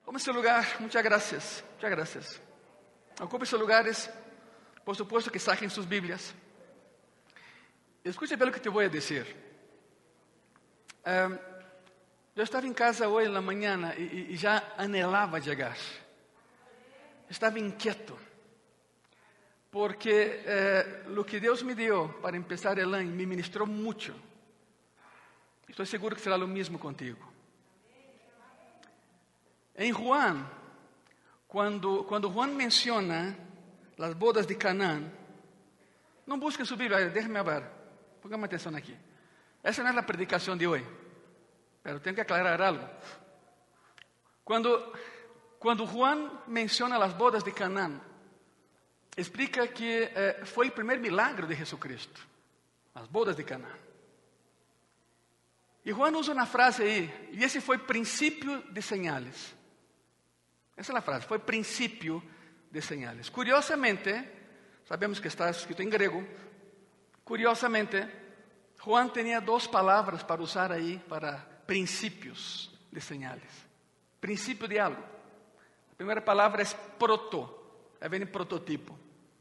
Tome ese lugar, muchas gracias, muchas gracias. Ocupe esos lugares, por supuesto que saquen sus Biblias. Escuche bien lo que te voy a decir. Yo estaba en casa hoy en la mañana y ya anhelaba llegar. Estaba inquieto. Porque lo que Dios me dio para empezar el año me ministró mucho. Estoy seguro que será lo mismo contigo. En Juan, cuando Juan menciona las bodas de Canaán, no busquen su Biblia, déjenme ver, pónganme atención aquí. Esa no es la predicación de hoy, pero tengo que aclarar algo. Cuando Juan menciona las bodas de Canaán, explica que fue el primer milagro de Jesucristo, las bodas de Canaán. Y Juan usa una frase ahí, y ese fue el principio de señales. Esa es la frase, fue principio de señales. Curiosamente, sabemos que está escrito en griego, curiosamente, Juan tenía dos palabras para usar ahí para principios de señales. Principio de algo. La primera palabra es proto, ahí viene prototipo.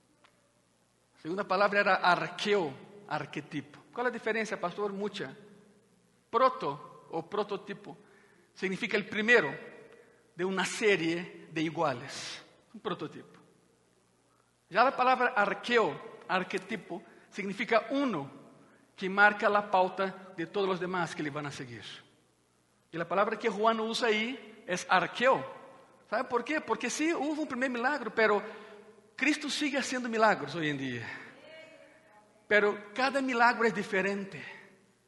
La segunda palabra era arqueo, arquetipo. ¿Cuál es la diferencia, pastor? Mucha. Proto o prototipo significa el primero de una serie de iguales. Un prototipo. Ya la palabra arqueo, arquetipo, significa uno que marca la pauta de todos los demás que le van a seguir. Y la palabra que Juan usa ahí es arqueo. ¿Sabe por qué? Porque sí, hubo un primer milagro, pero Cristo sigue haciendo milagros hoy en día. Pero cada milagro es diferente.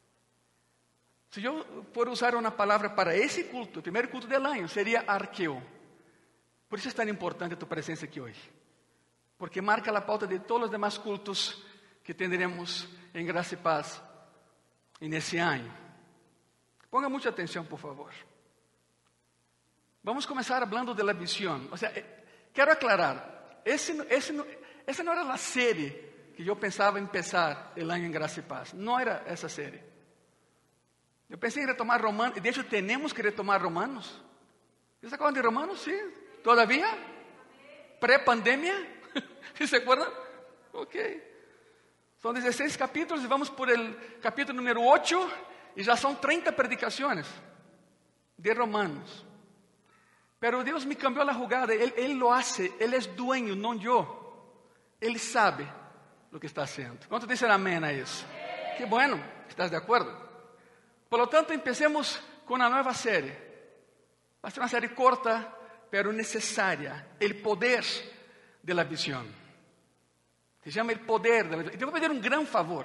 Si yo puedo usar una palabra para ese culto, el primer culto del año, sería arqueo. Por eso es tan importante tu presencia aquí hoy. Porque marca la pauta de todos los demás cultos que tendremos en Gracia y Paz en ese año. Ponga mucha atención, por favor. Vamos a comenzar hablando de la visión. O sea, quiero aclarar, esa no era la serie que yo pensaba empezar el año en Gracia y Paz. No era esa serie. Yo pensé en retomar Romanos, de hecho tenemos que retomar Romanos. ¿Se acuerdan de Romanos? Sí, ¿todavía? ¿Pre-pandemia? ¿Sí se acuerdan? Ok. Son 16 capítulos y vamos por el capítulo número 8 y ya son 30 predicaciones de Romanos. Pero Dios me cambió la jugada, Él lo hace, Él es dueño, no yo. Él sabe lo que está haciendo. ¿Cuántos dicen amén a eso? Qué bueno, ¿estás de acuerdo? Por lo tanto, empecemos con una nueva serie. Va a ser una serie corta, pero necesaria. El poder de la visión. Se llama el poder de la visión. Y te voy a pedir un gran favor.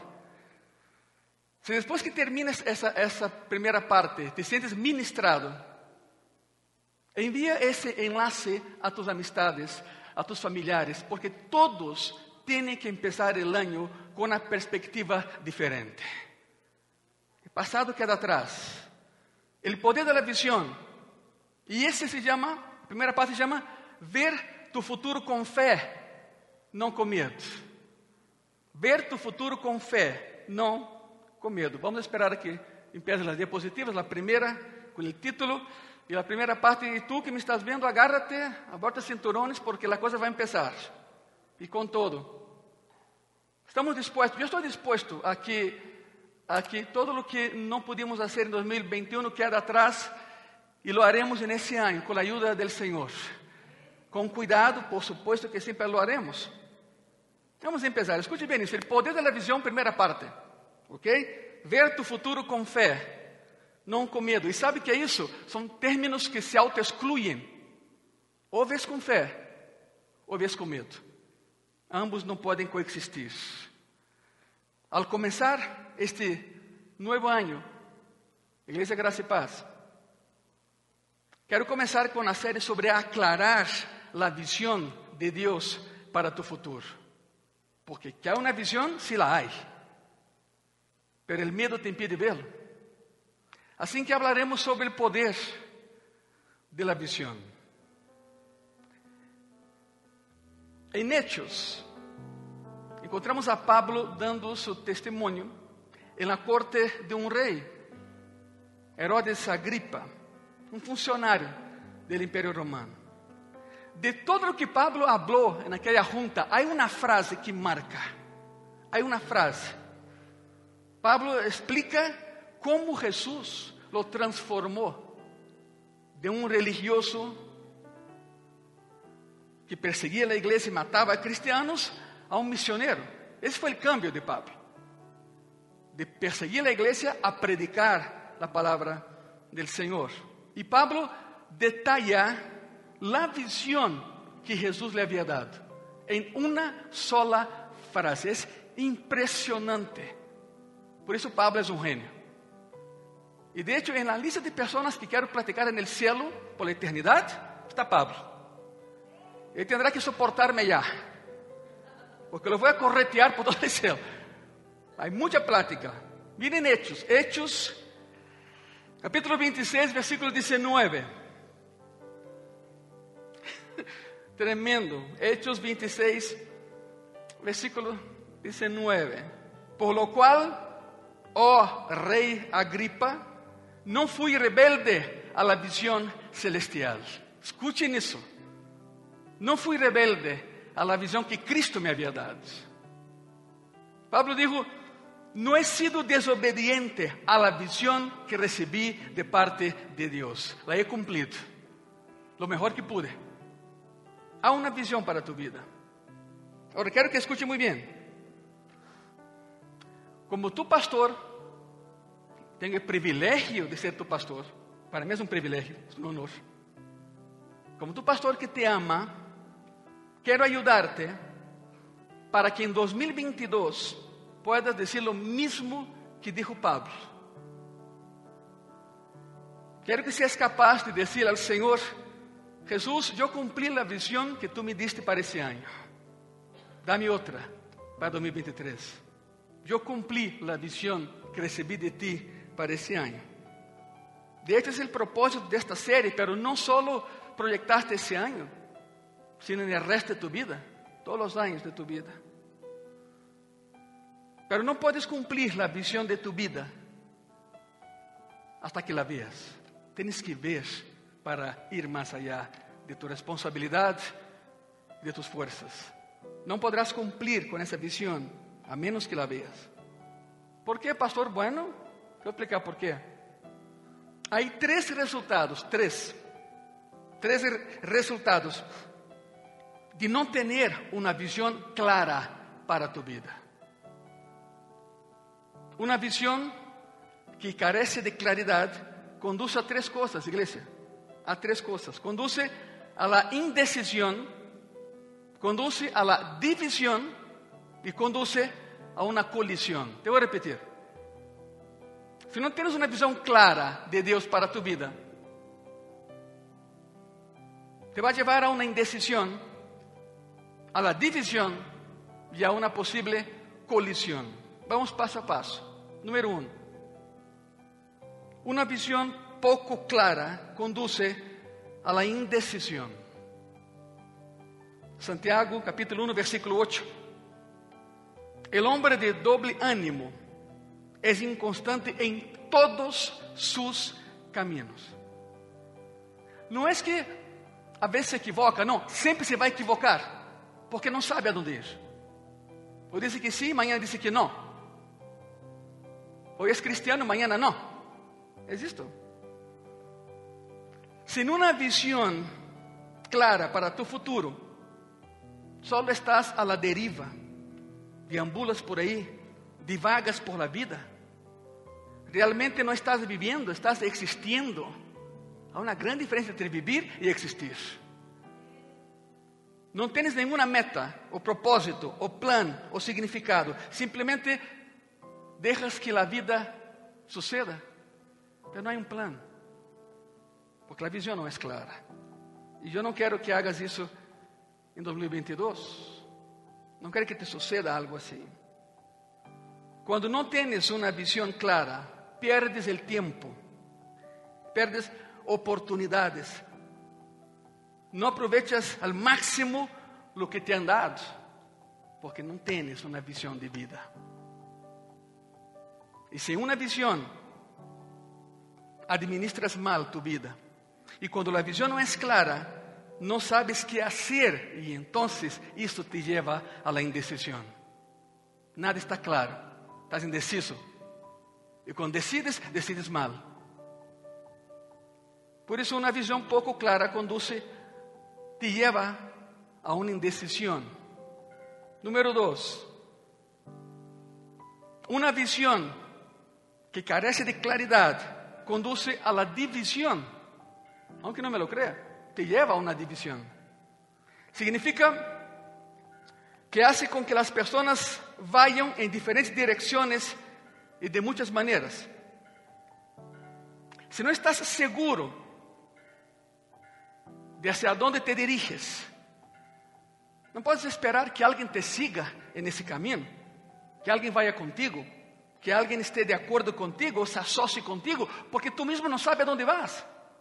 Si después que termines esa primera parte, te sientes ministrado, envía ese enlace a tus amistades, a tus familiares, porque todos tienen que empezar el año con una perspectiva diferente. Pasado queda atrás. El poder de la visión. Y ese se llama, la primera parte se llama, ver tu futuro con fe, no con miedo. Ver tu futuro con fe, no con miedo. Vamos a esperar a que empiecen las diapositivas, la primera con el título y la primera parte. Y tú que me estás viendo, agárrate, aborta cinturones porque la cosa va a empezar. Y con todo. Estamos dispuestos, yo estoy dispuesto a que todo lo que no pudimos hacer en 2021 queda atrás y lo haremos en ese año con la ayuda del Señor. Con cuidado, por supuesto que siempre lo haremos. Vamos a empezar. Escuche bien eso. El poder de la visión, primera parte. ¿Ok? Ver tu futuro con fe, no con miedo. ¿Y sabe que eso? Son términos que se autoexcluyen. O ves con fe, o ves con miedo. Ambos no pueden coexistir. Al comenzar este nuevo año, Iglesia Gracia y Paz, quiero comenzar con una serie sobre aclarar la visión de Dios para tu futuro. Porque que hay una visión, sí la hay. Pero el miedo te impide verlo. Así que hablaremos sobre el poder de la visión. En Hechos, encontramos a Pablo dando su testimonio en la corte de un rey, Herodes Agripa, un funcionario del Imperio Romano. De todo lo que Pablo habló en aquella junta, hay una frase que marca. Hay una frase. Pablo explica cómo Jesús lo transformó de un religioso que perseguía la iglesia y mataba a cristianos a un misionero. Ese fue el cambio de Pablo. De perseguir la iglesia a predicar la palabra del Señor. Y Pablo detalla la visión que Jesús le había dado en una sola frase. Es impresionante. Por eso Pablo es un genio. Y de hecho, en la lista de personas que quiero platicar en el cielo por la eternidad, está Pablo. Él tendrá que soportarme ya, porque lo voy a corretear por todo el cielo. Hay mucha plática. Miren Hechos, capítulo 26, versículo 19. Tremendo. Hechos 26, versículo 19. Por lo cual, oh rey Agripa, no fui rebelde a la visión celestial. Escuchen eso. No fui rebelde a la visión que Cristo me había dado. Pablo dijo, no he sido desobediente a la visión que recibí de parte de Dios. La he cumplido, lo mejor que pude. Hay una visión para tu vida. Ahora quiero que escuche muy bien. Como tu pastor, tengo el privilegio de ser tu pastor. Para mí es un privilegio, es un honor. Como tu pastor que te ama, quiero ayudarte para que en 2022 puedas decir lo mismo que dijo Pablo. Quiero que seas capaz de decir al Señor, Jesús, yo cumplí la visión que tú me diste para ese año. Dame otra para 2023. Yo cumplí la visión que recibí de ti para ese año. De hecho, es el propósito de esta serie, pero no solo proyectaste ese año, sino en el resto de tu vida, todos los años de tu vida. Pero no puedes cumplir la visión de tu vida hasta que la veas. Tienes que ver para ir más allá de tu responsabilidad, de tus fuerzas. No podrás cumplir con esa visión a menos que la veas. ¿Por qué, pastor? Bueno, voy a explicar por qué. Hay tres resultados de no tener una visión clara para tu vida. Una visión que carece de claridad conduce a tres cosas, iglesia. A tres cosas. Conduce a la indecisión, conduce a la división y conduce a una colisión. Te voy a repetir. Si no tienes una visión clara de Dios para tu vida, te va a llevar a una indecisión, a la división y a una posible colisión. Vamos paso a paso. Número 1. Una visión poco clara conduce a la indecisión. Santiago, capítulo 1, versículo 8. El hombre de doble ánimo es inconstante en todos sus caminos. No es que a veces se equivoca, no, siempre se va a equivocar, porque no sabe a dónde ir. Hoy dice que sí, mañana dice que no. Hoy es cristiano, mañana no. Es esto. Sin una visión clara para tu futuro, solo estás a la deriva, deambulas por ahí, divagas por la vida. Realmente no estás viviendo, estás existiendo. Hay una gran diferencia entre vivir y existir. No tienes ninguna meta, o propósito, o plan, o significado. Simplemente dejas que la vida suceda, pero no hay un plan, porque la visión no es clara. Y yo no quiero que hagas eso en 2022. No quiero que te suceda algo así. Cuando no tienes una visión clara, pierdes el tiempo, pierdes oportunidades, no aprovechas al máximo lo que te han dado, porque no tienes una visión de vida. Y sin una visión, administras mal tu vida. Y cuando la visión no es clara, no sabes qué hacer y entonces esto te lleva a la indecisión. Nada está claro, estás indeciso. Y cuando decides, decides mal. Por eso una visión poco clara te lleva a una indecisión. Número 2. Una visión que carece de claridad conduce a la división. Aunque no me lo crea, te lleva a una división. Significa que hace con que las personas vayan en diferentes direcciones y de muchas maneras. Si no estás seguro de hacia dónde te diriges, no puedes esperar que alguien te siga en ese camino, que alguien vaya contigo, que alguien esté de acuerdo contigo, se asocie contigo, porque tú mismo no sabes a dónde vas.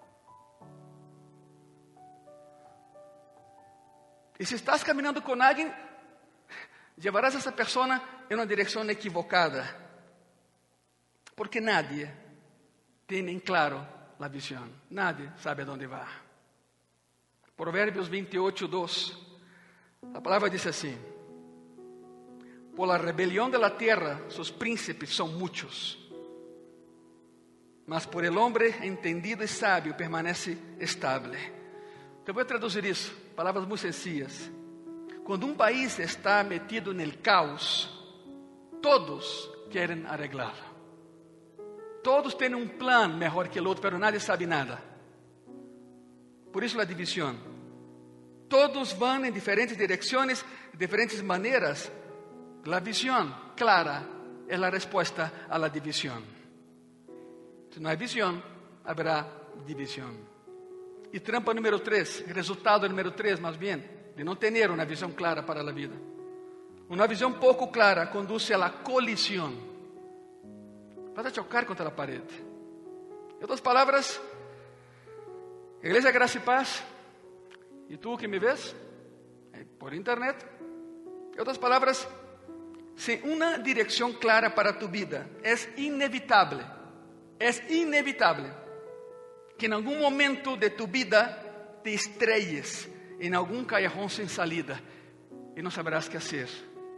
Y si estás caminando con alguien, llevarás a esa persona en una dirección equivocada, porque nadie tiene en claro la visión, nadie sabe a dónde va. Proverbios 28:2, la palabra dice así: por la rebelión de la tierra sus príncipes son muchos, mas por el hombre entendido y sabio permanece estable. Te voy a traducir eso, palabras muy sencillas. Cuando un país está metido en el caos, todos quieren arreglarlo. Todos tienen un plan mejor que el otro, pero nadie sabe nada. Por eso la división. Todos van en diferentes direcciones, de diferentes maneras. La visión clara es la respuesta a la división. Si no hay visión, habrá división. Y trampa número 3, resultado número 3 más bien, de no tener una visión clara para la vida. Una visión poco clara conduce a la colisión. Vas a chocar contra la pared. En otras palabras, Iglesia Gracia y Paz, y tú que me ves por internet, en otras palabras, sin una dirección clara para tu vida, es inevitable que en algún momento de tu vida te estrelles en algún callejón sin salida y no sabrás qué hacer.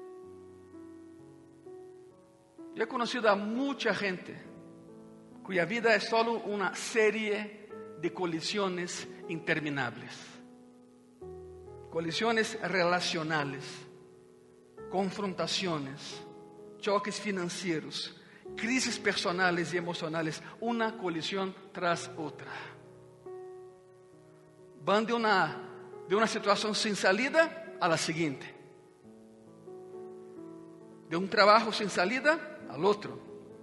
Yo he conocido a mucha gente cuya vida es solo una serie de colisiones interminables. Colisiones relacionales, confrontaciones, choques financieros, crisis personales y emocionales, una colisión tras otra. Van de una situación sin salida a la siguiente. De un trabajo sin salida al otro.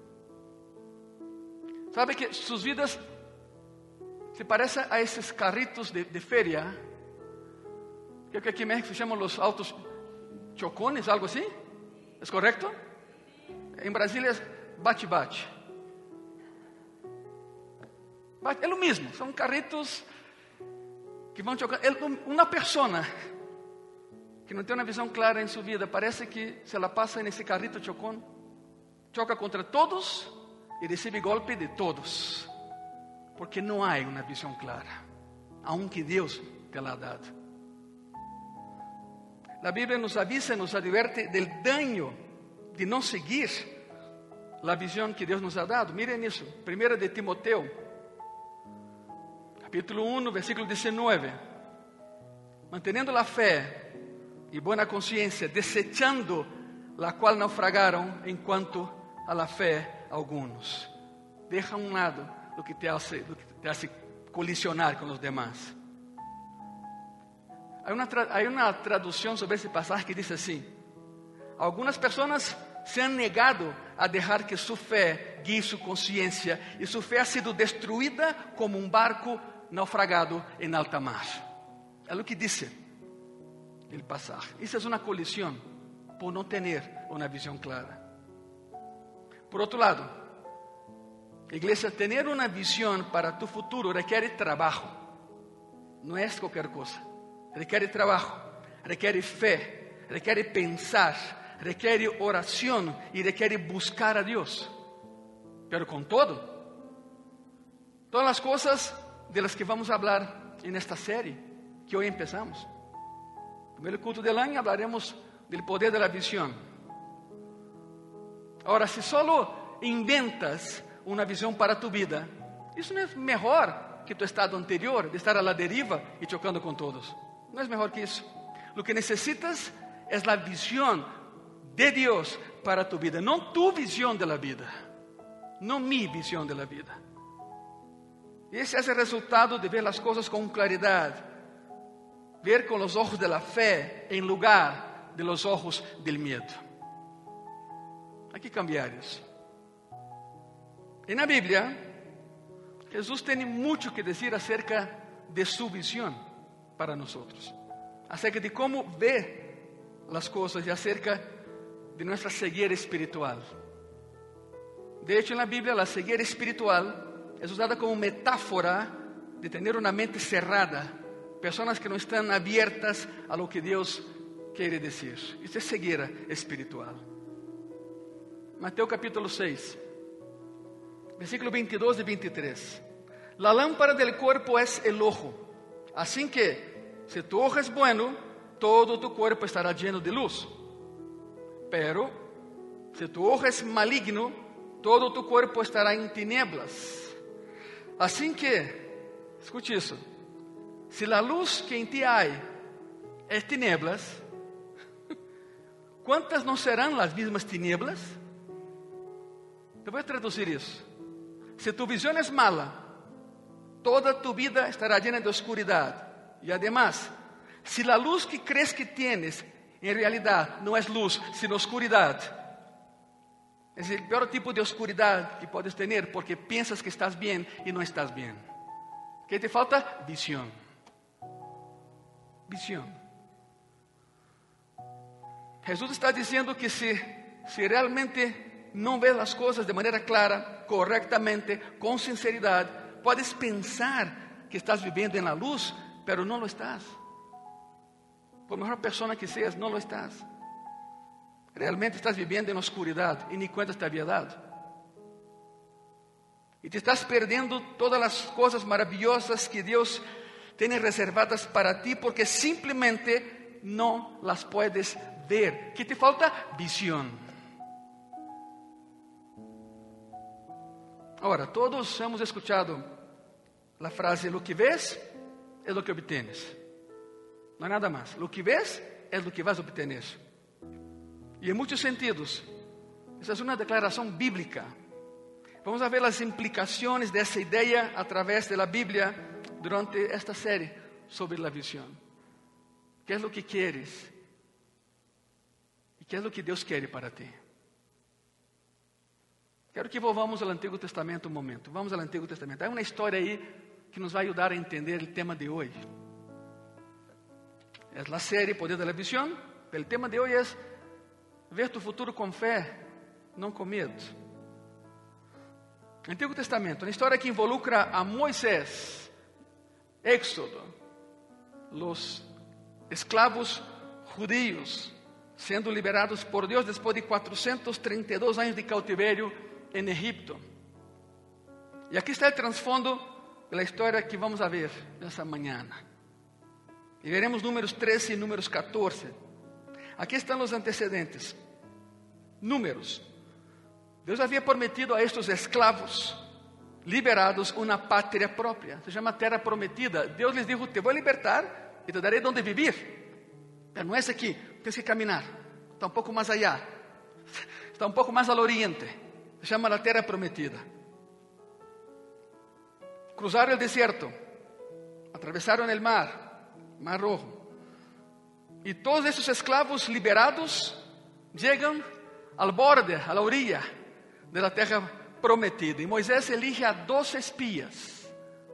¿Sabe que sus vidas se parecen a esos carritos de feria? Creo que aquí en México se llaman los autos chocones, algo así. ¿Es correcto? En Brasil es bate-bate. É o mesmo, são carritos que vão chocar. Uma pessoa que não tem uma visão clara em sua vida, parece que se ela passa nesse carrito chocón, choca contra todos e recebe golpe de todos, porque não há uma visão clara, aunque Deus te la ha dado. A Bíblia nos avisa, nos adverte del daño de não seguir la visión que Dios nos ha dado. Miren eso, 1 de Timoteo, capítulo 1, versículo 19. Manteniendo la fe y buena conciencia, desechando la cual naufragaron en cuanto a la fe algunos. Deja a un lado lo que te hace colisionar con los demás. Hay una traducción sobre ese pasaje que dice así: algunas personas se han negado a dejar que su fe guíe su conciencia y su fe ha sido destruida como un barco naufragado en alta mar. Es lo que dice el pasaje. Esa es una colisión por no tener una visión clara. Por otro lado, iglesia, tener una visión para tu futuro requiere trabajo. No es cualquier cosa. Requiere trabajo, requiere fe, requiere pensar, requiere oración y requiere buscar a Dios. Pero con todo, todas las cosas de las que vamos a hablar en esta serie que hoy empezamos. En el primer culto del año hablaremos del poder de la visión. Ahora, si solo inventas una visión para tu vida, eso no es mejor que tu estado anterior de estar a la deriva y chocando con todos. No es mejor que eso. Lo que necesitas es la visión de Dios para tu vida, no tu visión de la vida, no mi visión de la vida. Ese es el resultado de ver las cosas con claridad, ver con los ojos de la fe en lugar de los ojos del miedo. Hay que cambiar eso. En la Biblia, Jesús tiene mucho que decir acerca de su visión para nosotros, acerca de cómo ve las cosas y acerca de nuestra ceguera espiritual. De hecho, en la Biblia, la ceguera espiritual es usada como metáfora de tener una mente cerrada, personas que no están abiertas a lo que Dios quiere decir. Esto es ceguera espiritual. Mateo capítulo 6, versículo 22 y 23. La lámpara del cuerpo es el ojo. Así que, si tu ojo es bueno, todo tu cuerpo estará lleno de luz. Pero, si tu ojo es maligno, todo tu cuerpo estará en tinieblas. Así que, escuche eso. Si la luz que en ti hay es tinieblas, ¿cuántas no serán las mismas tinieblas? Te voy a traducir eso. Si tu visión es mala, toda tu vida estará llena de oscuridad. Y además, si la luz que crees que tienes en realidad no es luz, sino oscuridad, es el peor tipo de oscuridad que puedes tener porque piensas que estás bien y no estás bien. ¿Qué te falta? Visión. Visión. Jesús está diciendo que si realmente no ves las cosas de manera clara, correctamente, con sinceridad, puedes pensar que estás viviendo en la luz, pero no lo estás. Por mejor persona que seas, no lo estás. Realmente estás viviendo en oscuridad y ni cuenta te había dado. Y te estás perdiendo todas las cosas maravillosas que Dios tiene reservadas para ti porque simplemente no las puedes ver. ¿Qué te falta? Visión. Ahora, todos hemos escuchado la frase: lo que ves es lo que obtienes. No hay nada más. Lo que ves es lo que vas a obtener. Y en muchos sentidos, esa es una declaración bíblica. Vamos a ver las implicaciones de esa idea a través de la Biblia durante esta serie sobre la visión. ¿Qué es lo que quieres? ¿Y qué es lo que Dios quiere para ti? Quero que volvamos ao Antigo Testamento um momento. Vamos ao Antigo Testamento. Há uma história aí que nos vai ajudar a entender o tema de hoje. É a série Poder da Visão. O tema de hoje é ver tu futuro com fé, não com medo. Antigo Testamento, uma história que involucra a Moisés, Éxodo, os escravos judíos sendo liberados por Deus depois de 432 anos de cautiverio em Egipto. E aqui está o trasfondo da história que vamos a ver nessa manhã. E veremos números 13 e números 14. Aqui estão os antecedentes. Números. Deus havia prometido a estes escravos liberados uma pátria própria. Se chama terra prometida. Deus lhes dijo: te vou libertar e te darei onde vivir. Mas não é aqui, tens que caminhar. Está um pouco mais allá. Está um pouco mais ao oriente. Se chama a terra prometida. Cruzaram o deserto. Atravesaram o mar Rojo. E todos esses escravos liberados chegam ao borde, à orilla da terra prometida. E Moisés elige a 12 espías,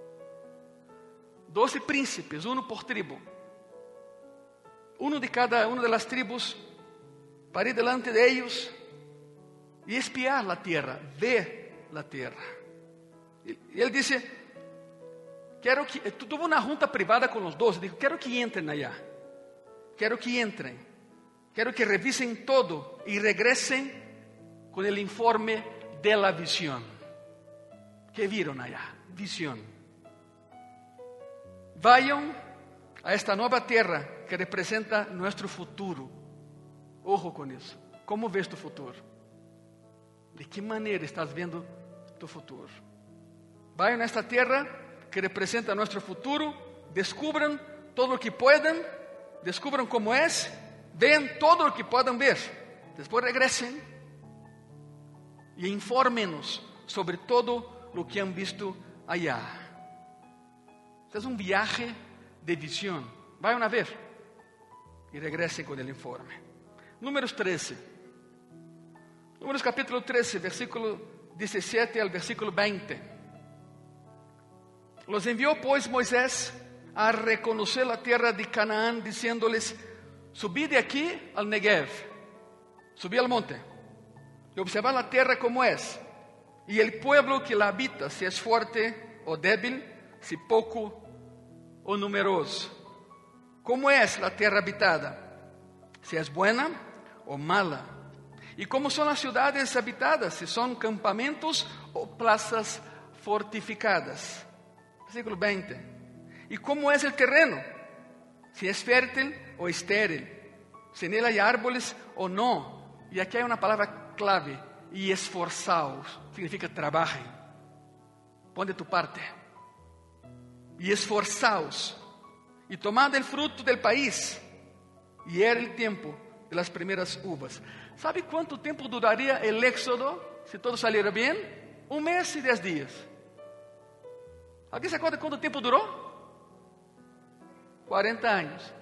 12 príncipes, um por tribo, um de cada uma das tribos, para ir delante de eles e espiar a terra, ver a terra. E ele disse: quero que, tuvo uma junta privada com os 12, dijo: quero que entrem allá. Quero que entrem, quero que revisen todo e regresen com o informe de la visión. ¿Qué vieron allá? Visión. vayan a esta nueva tierra que representa nuestro futuro. Ojo con eso. ¿Cómo ves tu futuro? ¿De qué manera estás viendo tu futuro? Vayan a esta tierra que representa nuestro futuro, descubran todo lo que puedan, descubran cómo es, vean todo lo que puedan ver. Después regresen y infórmenos sobre todo lo que han visto allá. Es un viaje de visión. Vayan a ver y regresen con el informe. Números 13. Números capítulo 13, versículo 17 al versículo 20. Los envió pues Moisés a reconocer la tierra de Canaán, diciéndoles: subid de aquí al Negev, subid al monte, y observad la tierra como es, y el pueblo que la habita, si es fuerte o débil, si poco o numeroso. ¿Cómo es la tierra habitada? Si es buena o mala. ¿Y cómo son las ciudades habitadas? Si son campamentos o plazas fortificadas. Versículo 20. ¿Y cómo es el terreno? Si es fértil o estéril. Si en él hay árboles o no. Y aquí hay una palabra clave. Y esforzaos. Significa trabajen. Pon de tu parte. Y esforzaos. Y tomad el fruto del país. Y era el tiempo de las primeras uvas. ¿Sabe cuánto tiempo duraría el éxodo si todo saliera bien? 1 mes y 10 días. ¿Alguien se acuerda cuánto tiempo duró? 40 años.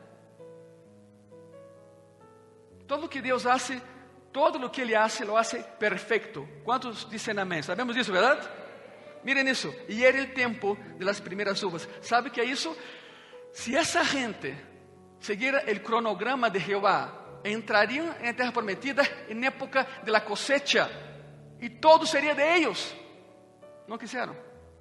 Todo lo que Dios hace, todo lo que Él hace, lo hace perfecto. ¿Cuántos dicen amén? Sabemos eso, ¿verdad? Miren eso. Y era el tiempo de las primeras uvas. ¿Sabe qué es eso? Si esa gente siguiera el cronograma de Jehová, entrarían en la tierra prometida en época de la cosecha. Y todo sería de ellos. No quisieron.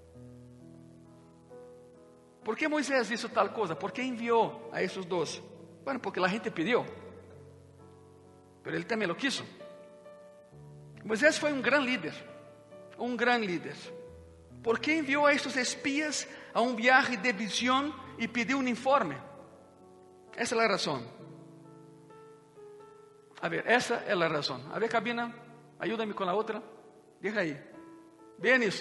¿Por qué Moisés hizo tal cosa? ¿Por qué envió a esos dos? Bueno, porque la gente pidió. Pero él también lo quiso. Moisés fue un gran líder. Un gran líder. ¿Por qué envió a estos espías a un viaje de visión y pidió un informe? Esa es la razón. A ver, esa es la razón. A ver, cabina, ayúdame con la otra. Deja ahí. Vean eso.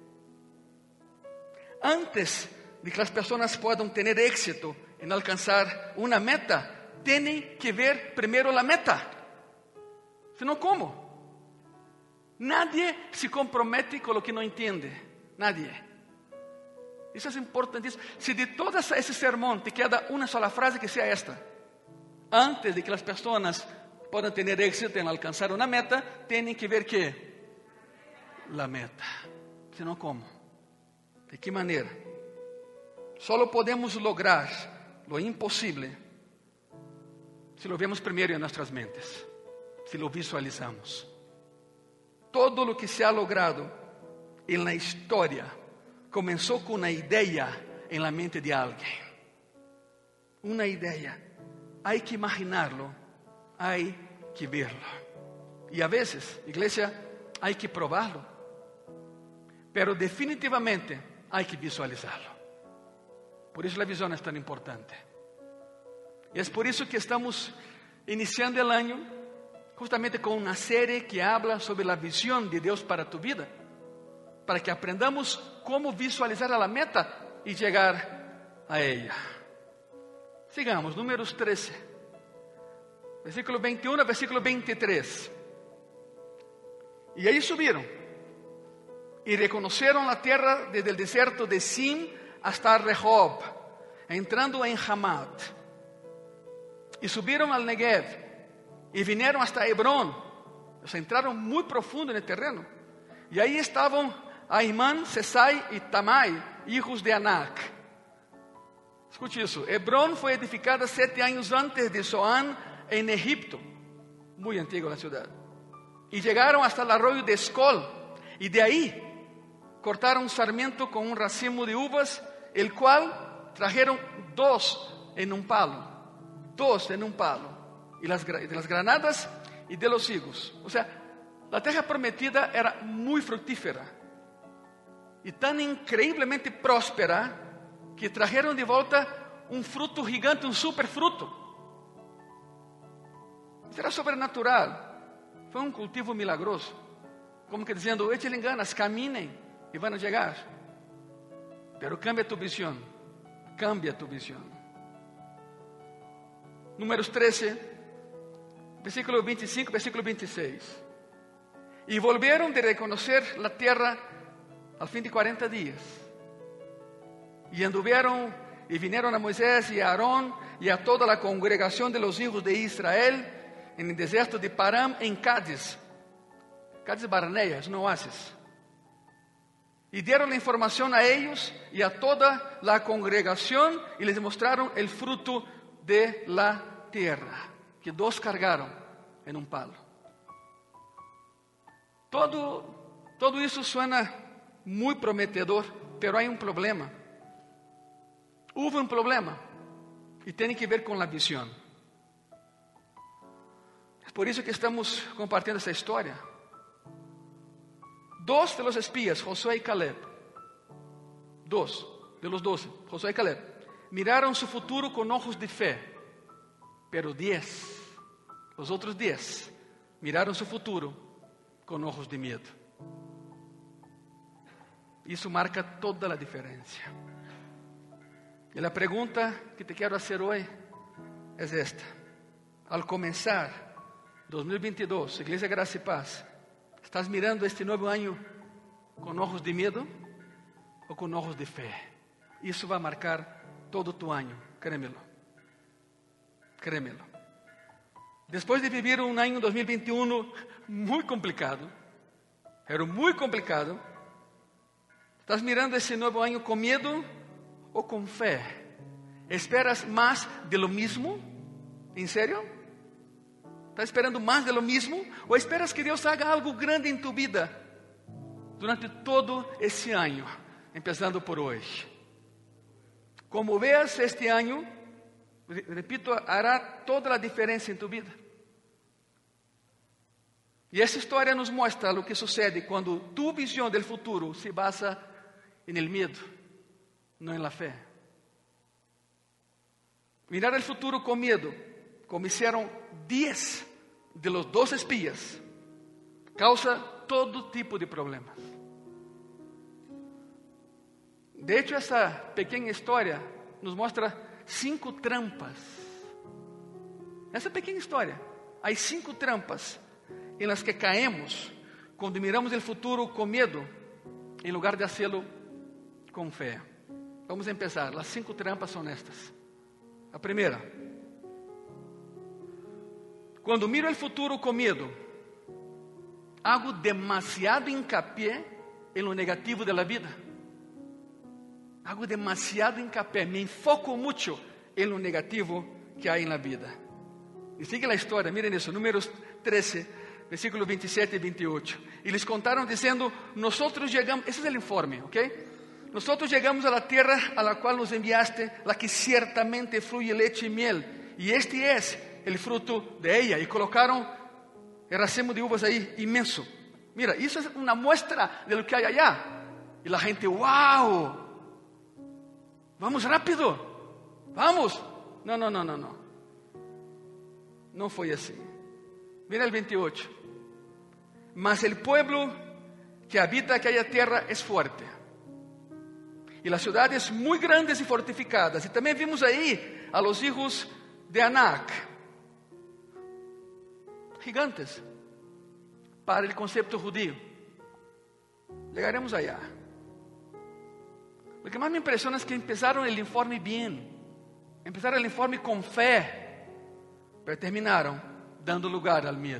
Antes de que las personas puedan tener éxito en alcanzar una meta, tienen que ver primero la meta. Si no, ¿cómo? Nadie se compromete con lo que no entiende. Nadie. Eso es importantísimo. Si de todo ese sermón te queda una sola frase, que sea esta: antes de que las personas puedan tener éxito en alcanzar una meta, tienen que ver ¿qué? La meta. Si no, ¿cómo? ¿De qué manera? Solo podemos lograr lo imposible si lo vemos primero en nuestras mentes, si lo visualizamos. Todo lo que se ha logrado en la historia comenzó con una idea en la mente de alguien. Una idea. Hay que imaginarlo, hay que verlo. Y a veces, iglesia, hay que probarlo. Pero definitivamente hay que visualizarlo. Por eso la visión es tan importante. Y es por eso que estamos iniciando el año justamente con una serie que habla sobre la visión de Dios para tu vida, para que aprendamos cómo visualizar a la meta y llegar a ella. Sigamos, Números 13, versículo 21 a versículo 23. Y ahí subieron y reconocieron la tierra desde el desierto de Sin hasta Rehob, entrando en Hamat. Y subieron al Negev y vinieron hasta Hebrón. O sea, entraron muy profundo en el terreno. Y ahí estaban Ahimán, Sesai y Tamai, hijos de Anac. Escuche eso. Hebrón fue edificada 7 años antes de Zoán en Egipto. Muy antigua la ciudad. Y llegaron hasta el arroyo de Escol. Y de ahí cortaron un sarmiento con un racimo de uvas, el cual trajeron 2 en un palo. 2 en un palo. Y de las granadas y de los higos. O sea, la tierra prometida era muy fructífera. Y tan increíblemente próspera que trajeron de volta um fruto gigante, um super fruto. Isso era sobrenatural. Foi um cultivo milagroso. Como que dizendo, échenle ganas, caminem e vão chegar. Pero cambia tu visão. Cambia tu visão. Números 13, versículo 25, versículo 26. Y volvieron de reconocer la tierra al fin de 40 días. Y anduvieron y vinieron a Moisés y a Aarón y a toda la congregación de los hijos de Israel en el desierto de Param en Cádiz. Cádiz Barnea, es un oasis. Y dieron la información a ellos y a toda la congregación y les mostraron el fruto de la tierra, que dos cargaron en un palo. Todo isso suena muy prometedor, pero hay un problema. Hubo un problema y tiene que ver con la visión. Es por eso que estamos compartiendo esta historia. Dos de los espías, Josué y Caleb, dos de los 12, Josué y Caleb, miraron su futuro con ojos de fe, pero los otros 10, miraron su futuro con ojos de miedo. Isso marca toda a diferença. E a pergunta que te quero fazer hoje é esta. Al começar 2022, Igreja Graça e Paz, ¿estás mirando este novo ano com ojos de medo ou com ojos de fé? Isso vai marcar todo tu ano, créemelo. Créemelo. Depois de viver um ano 2021 muito complicado, pero muito complicado, ¿estás mirando esse novo ano com medo ou com fé? ¿Esperas mais de lo mismo? ¿En serio? ¿Estás esperando mais de lo mismo? ¿O esperas que Deus haga algo grande em tu vida durante todo esse ano, começando por hoje? Como veas este ano, repito, hará toda a diferença em tu vida. E essa história nos mostra o que sucede quando tu visão do futuro se basa no medo, não na fé. Mirar o futuro com medo, como fizeram 10 de los 12 espías, causa todo tipo de problemas. De hecho, essa pequena história nos mostra 5 trampas. Essa pequena história, há 5 trampas em las que caemos quando miramos o futuro com medo, em lugar de hacerlo com fé. Vamos começar. As 5 trampas são estas. A primeira: quando miro o futuro com medo, hago demasiado hincapié em lo negativo da vida. Hago demasiado hincapié, me enfoco mucho em lo negativo que há na vida. E sigue a história, miren isso, Números 13, versículo 27 e 28. E les contaram dizendo: nosotros llegamos, esse é o informe, ¿ok? Nosotros llegamos a la tierra a la cual nos enviaste, la que ciertamente fluye leche y miel, y este es el fruto de ella. Y colocaron el racimo de uvas ahí, inmenso. Mira, eso es una muestra de lo que hay allá. Y la gente, wow, vamos rápido, vamos. No. No fue así. Mira el 28. Mas el pueblo que habita aquella tierra es fuerte, y las ciudades muy grandes y fortificadas. Y también vimos ahí a los hijos de Anac, gigantes para el concepto judío. Llegaremos allá. Lo que más me impresiona es que empezaron el informe bien, empezaron el informe con fe, pero terminaron dando lugar al miedo.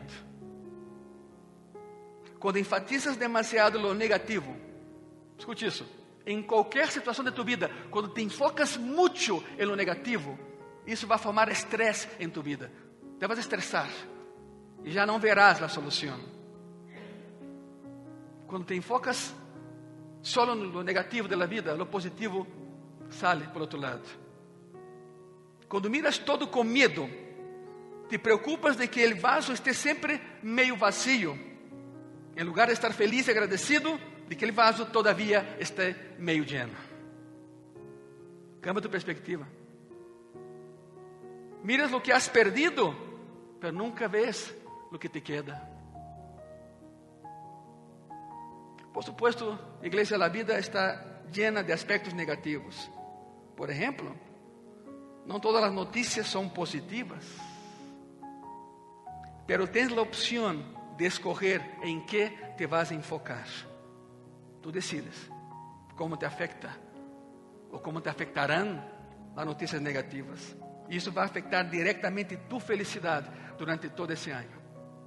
Cuando enfatizas demasiado lo negativo, escute isso, em qualquer situação de tu vida, quando te enfocas muito em lo negativo, isso vai formar estresse em tu vida. Te vas a estressar e já não verás a solução. Quando te enfocas só no lo negativo da vida, lo positivo sale por outro lado. Quando miras todo com medo, te preocupas de que o vaso esteja sempre meio vazio, em lugar de estar feliz e agradecido de que o vaso todavia esté meio lleno. Cambia tu perspectiva. Miras lo que has perdido, pero nunca ves lo que te queda. Por supuesto, iglesia, la vida está llena de aspectos negativos. Por ejemplo, no todas las noticias son positivas, pero tienes la opción de escoger en qué te vas a enfocar. Tú decides cómo te afecta o cómo te afectarán las noticias negativas. Y eso va a afectar directamente tu felicidad durante todo ese año.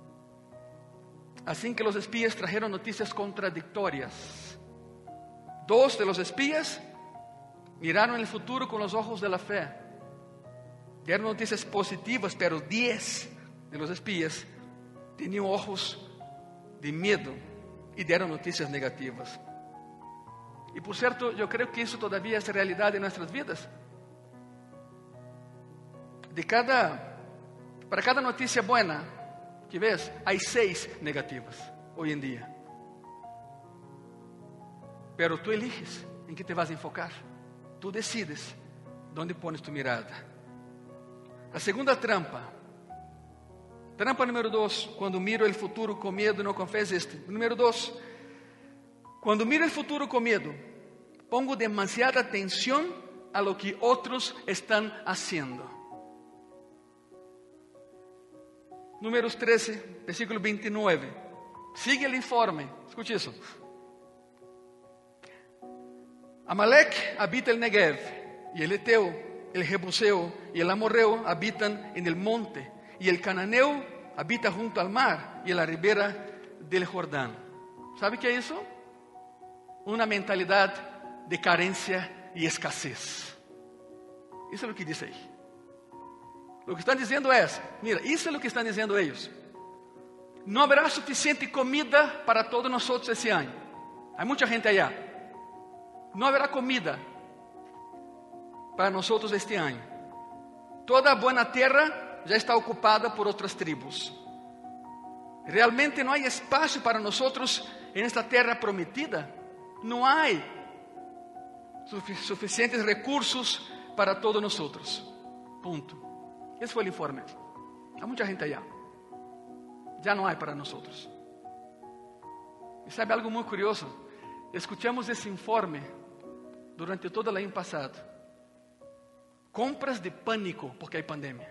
Así que los espías trajeron noticias contradictorias. 2 de los espías miraron el futuro con los ojos de la fe. Dieron noticias positivas, pero 10 de los espías tenían ojos de miedo y dieron noticias negativas. Y por cierto, yo creo que eso todavía es realidad en nuestras vidas. Para cada noticia buena que ves, hay 6 negativas hoy en día. Pero tú eliges en qué te vas a enfocar. Tú decides dónde pones tu mirada. La segunda trampa. Trampa número 2. Cuando miro el futuro con miedo, no confíes este. Número 2. Cuando miro el futuro con miedo, pongo demasiada atención a lo que otros están haciendo. Números 13, versículo 29. Sigue el informe. Escuche eso. Amalek habita el Negev, y el Eteo, el Jebuseo y el Amorreo habitan en el monte, y el Cananeo habita junto al mar y en la ribera del Jordán. ¿Sabe qué es eso? Una mentalidad de carencia y escasez. Eso es lo que dice ahí. Lo que están diciendo es, mira, eso es lo que están diciendo ellos. No habrá suficiente comida para todos nosotros ese año. Hay mucha gente allá. No habrá comida para nosotros este año. Toda buena tierra ya está ocupada por otras tribus. Realmente no hay espacio para nosotros en esta tierra prometida. No hay suficientes recursos para todos nosotros. Punto. Ese fue el informe. Hay mucha gente allá. Ya no hay para nosotros. Y sabe algo muy curioso. Escuchamos ese informe durante todo el año pasado. Compras de pánico porque hay pandemia.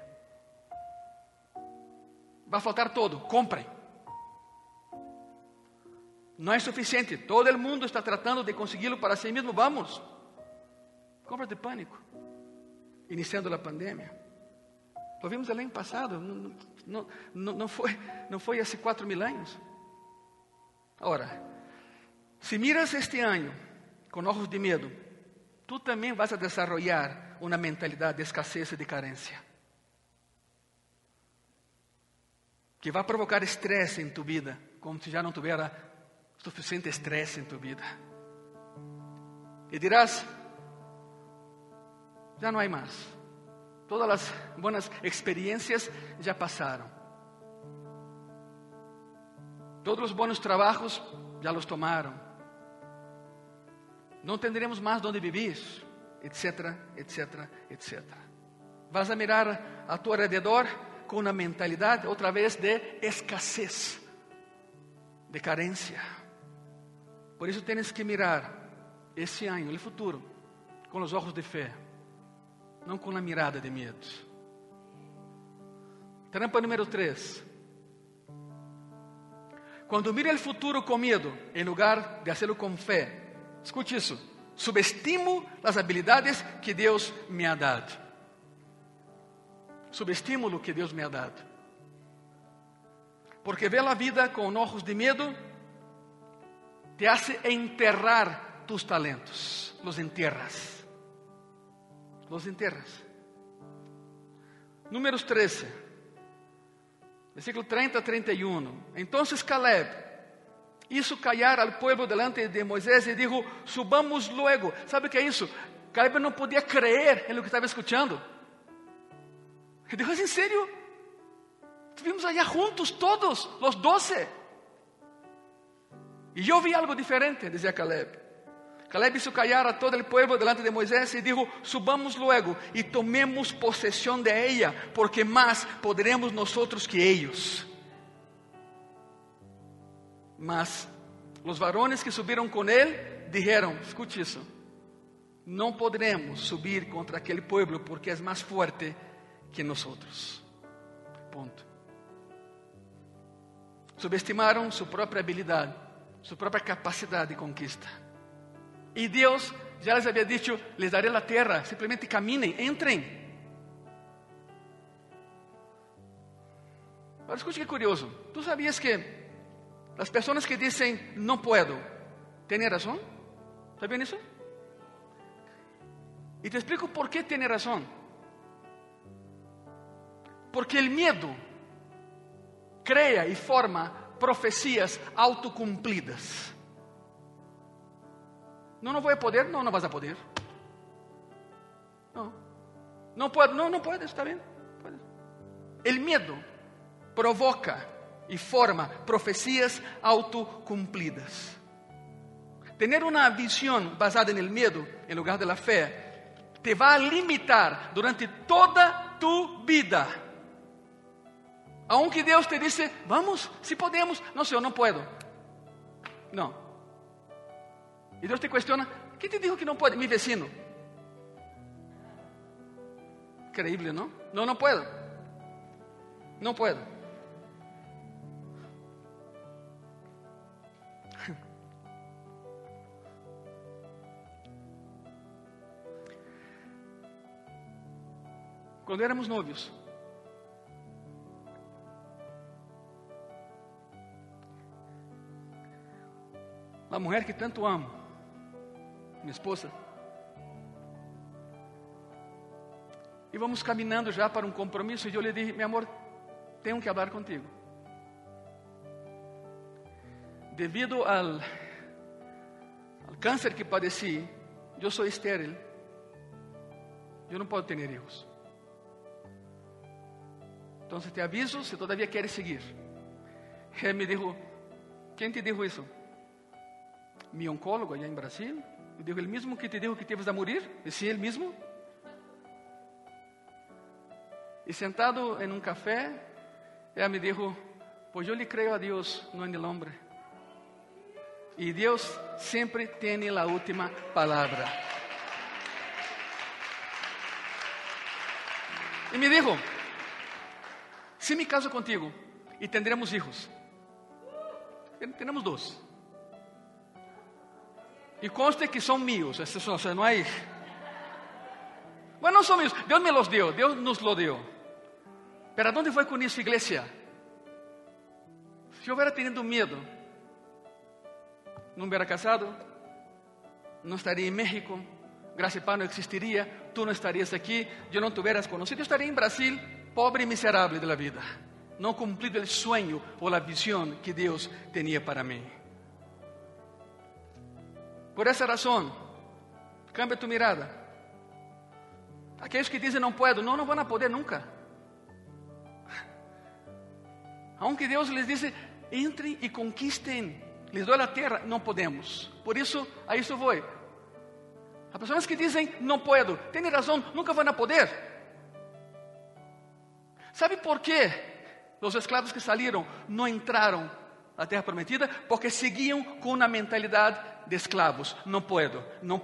Va a faltar todo. Compren. No es suficiente. Todo el mundo está tratando de conseguirlo para sí mismo. Vamos. Compras de pánico. Iniciando la pandemia. Lo vimos el año pasado. No fue hace 4.000 años. Ahora, si miras este año con ojos de miedo, tú también vas a desarrollar una mentalidad de escasez y de carencia, que va a provocar estrés en tu vida, como si ya no tuviera suficiente estrés en tu vida. Y dirás, ya no hay más. Todas las buenas experiencias ya pasaron. Todos los buenos trabajos ya los tomaron. No tendremos más donde vivir, etcétera, etcétera, etcétera. Vas a mirar a tu alrededor con una mentalidad otra vez de escasez, de carencia. Por eso tienes que mirar ese año, el futuro, con los ojos de fe, no con la mirada de miedo. Trampa número 3. Cuando mira el futuro con miedo, en lugar de hacerlo con fe, escuche eso, subestimo las habilidades que Dios me ha dado. Subestimo lo que Dios me ha dado. Porque ver la vida con ojos de miedo te hace enterrar tus talentos. Los entierras. Los entierras. Números 13, versículo 30 a 31. Entonces Caleb hizo callar al pueblo delante de Moisés y dijo, subamos luego. ¿Sabe qué es eso? Caleb no podía creer en lo que estaba escuchando. Él dijo, ¿es en serio? Estuvimos allá juntos todos, los 12. Y yo vi algo diferente, decía Caleb. Caleb hizo callar a todo el pueblo delante de Moisés y dijo: subamos luego y tomemos posesión de ella, porque más podremos nosotros que ellos. Mas los varones que subieron con él dijeron: escuche eso, no podremos subir contra aquel pueblo porque es más fuerte que nosotros. Punto. Subestimaron su propia habilidad, su propia capacidad de conquista. Y Dios ya les había dicho: les daré la tierra, simplemente caminen, entren. Ahora escuche qué curioso. ¿Tú sabías que las personas que dicen no puedo, tienen razón? ¿Sabían eso? Y te explico por qué tiene razón. Porque el miedo crea y forma profecías autocumplidas. No voy a poder, no vas a poder. No puedo, no puedes, está bien. Puedes. El miedo provoca y forma profecías autocumplidas. Tener una visión basada en el miedo en lugar de la fe te va a limitar durante toda tu vida. Aunque Dios te dice: vamos, si podemos, no sé, yo no puedo. No. Y Dios te cuestiona: ¿quién te dijo que no puede? Mi vecino. Increíble, ¿no? No puedo. No puedo. Cuando éramos novios, la mujer que tanto amo, mi esposa, íbamos caminando ya para un compromiso y yo le dije: mi amor, tengo que hablar contigo. Debido al cáncer que padecí, yo soy estéril, yo no puedo tener hijos. Entonces te aviso si todavía quieres seguir. Él me dijo: ¿quién te dijo eso? Mi oncólogo allá en Brasil. Me dijo: ¿el mismo que te dijo que te ibas a morir? ¿Sí, el mismo? Y sentado en un café, ella me dijo: pues yo le creo a Dios, no en el hombre. Y Dios siempre tiene la última palabra. Y me dijo: si me caso contigo y tendremos hijos, tenemos 2. Y conste que son míos, o sea, no hay. Bueno, no son míos, Dios me los dio, Dios nos lo dio. Pero ¿a dónde fue con eso, iglesia? Si yo hubiera tenido miedo, no me hubiera casado, no estaría en México, Gracia y Paz no existiría, tú no estarías aquí, yo no te hubieras conocido, yo estaría en Brasil, pobre y miserable de la vida, no cumplido el sueño o la visión que Dios tenía para mí. Por esa razón, cambia tu mirada. Aquellos que dicen no puedo, no van a poder nunca. Aunque Dios les dice: entren y conquisten, les doy la tierra, no podemos. Por eso, a eso voy. Las personas que dicen no puedo, tienen razón, nunca van a poder. ¿Sabe por qué los esclavos que salieron no entraron a la tierra prometida? Porque seguían con una mentalidad de esclavos. No puedo.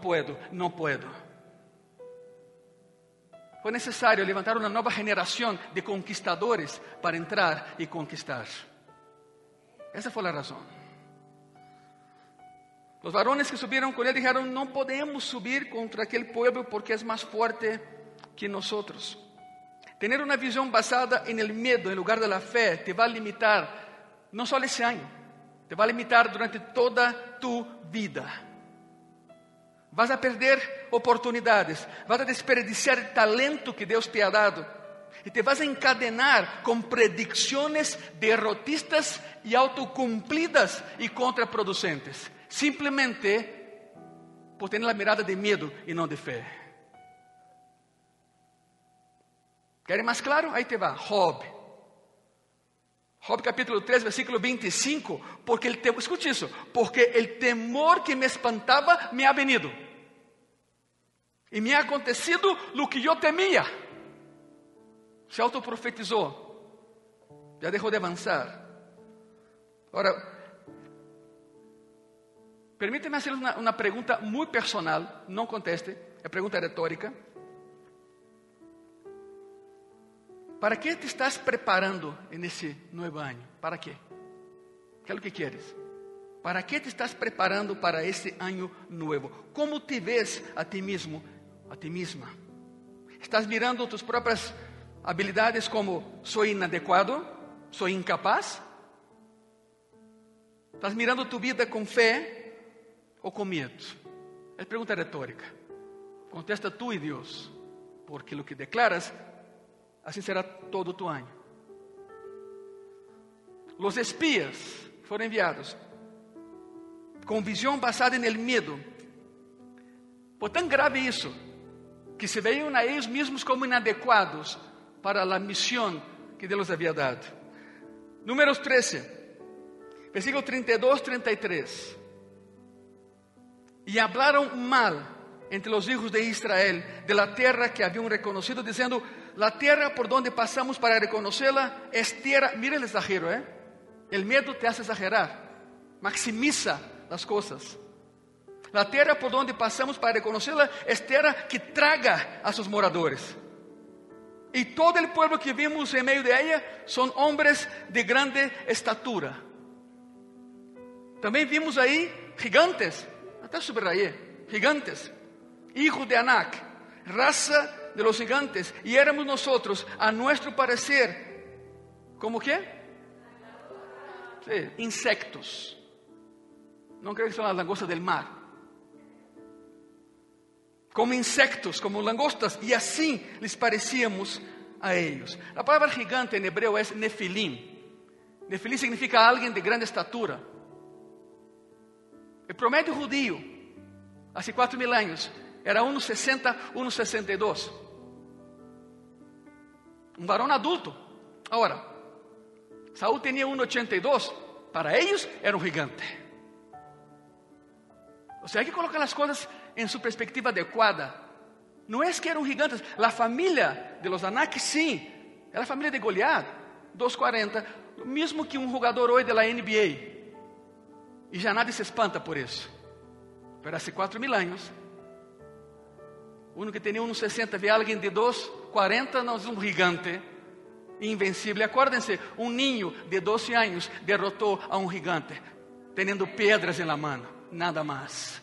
Fue necesario levantar una nueva generación de conquistadores para entrar y conquistar. Esa fue la razón. Los varones que subieron con él dijeron: no podemos subir contra aquel pueblo porque es más fuerte que nosotros. Tener una visión basada en el miedo en lugar de la fe te va a limitar, no solo ese año, te va a limitar durante toda tu vida. Vas a perder oportunidades, vas a desperdiciar el talento que Dios te ha dado y te vas a encadenar con predicciones derrotistas y autocumplidas y contraproducentes, simplemente por tener la mirada de miedo y no de fe. ¿Quieren más claro? Ahí te va. Job Job capítulo 3, versículo 25, escute isso, porque el temor que me espantaba me ha venido, y me ha acontecido lo que yo temía. Se autoprofetizó, ya dejó de avanzar. Ahora, permíteme hacer una pregunta muy personal, no conteste, es pregunta retórica. ¿Para qué te estás preparando en ese nuevo año? ¿Para qué? ¿Qué es lo que quieres? ¿Para qué te estás preparando para ese año nuevo? ¿Cómo te ves a ti mismo, a ti misma? ¿Estás mirando tus propias habilidades como soy inadecuado, soy incapaz? ¿Estás mirando tu vida con fe o con miedo? Es pregunta retórica. Contesta tú y Dios, porque lo que declaras, así será todo tu año. Los espías fueron enviados con visión basada en el miedo. Fue tan grave eso, que se veían a ellos mismos como inadecuados para la misión que Dios les había dado. Números 13, versículo 32, 33. Y hablaron mal entre los hijos de Israel de la tierra que habían reconocido, diciendo: la tierra por donde pasamos para reconocerla es tierra. Mira el exagero, el miedo te hace exagerar, maximiza las cosas. La tierra por donde pasamos para reconocerla es tierra que traga a sus moradores. Y todo el pueblo que vimos en medio de ella son hombres de grande estatura. También vimos ahí gigantes, hasta subrayé, gigantes, hijos de Anac, raza de los gigantes, y éramos nosotros, a nuestro parecer, ¿cómo qué? Sí, insectos. No creo que son las langostas del mar. Como insectos, como langostas, y así les parecíamos a ellos. La palabra gigante en hebreo es nefilim. Nefilim significa alguien de grande estatura. El promedio judío, hace 4.000 años, era 1,60, 1,62. Un varón adulto. Ahora, Saúl tenía 1,82. Para ellos era un gigante. O sea, hay que colocar las cosas en su perspectiva adecuada. No es que eran gigantes. La familia de los Anak, sí. Era la familia de Goliat, 2,40. Lo mismo que un jugador hoy de la NBA. Y ya nadie se espanta por eso. Pero hace 4.000 años, uno que tenía 1,60 ve a alguien de 2,40, no es un gigante invencible. Acuérdense, un niño de 12 años derrotó a un gigante, teniendo piedras en la mano, nada más.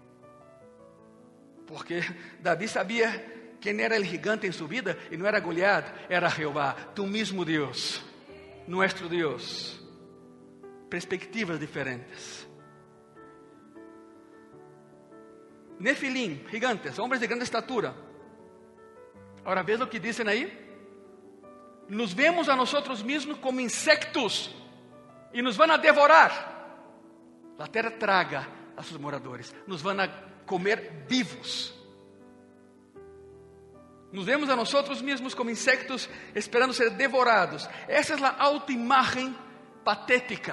Porque David sabía quién era el gigante en su vida, y no era Goliat, era Jehová, tu mismo Dios, nuestro Dios. Perspectivas diferentes. Nefilim, gigantes, hombres de grande estatura. Ahora, ¿ves lo que dicen ahí? Nos vemos a nosotros mismos como insectos y nos van a devorar. La tierra traga a sus moradores, nos van a comer vivos. Nos vemos a nosotros mismos como insectos esperando ser devorados. Esa es la autoimagen patética.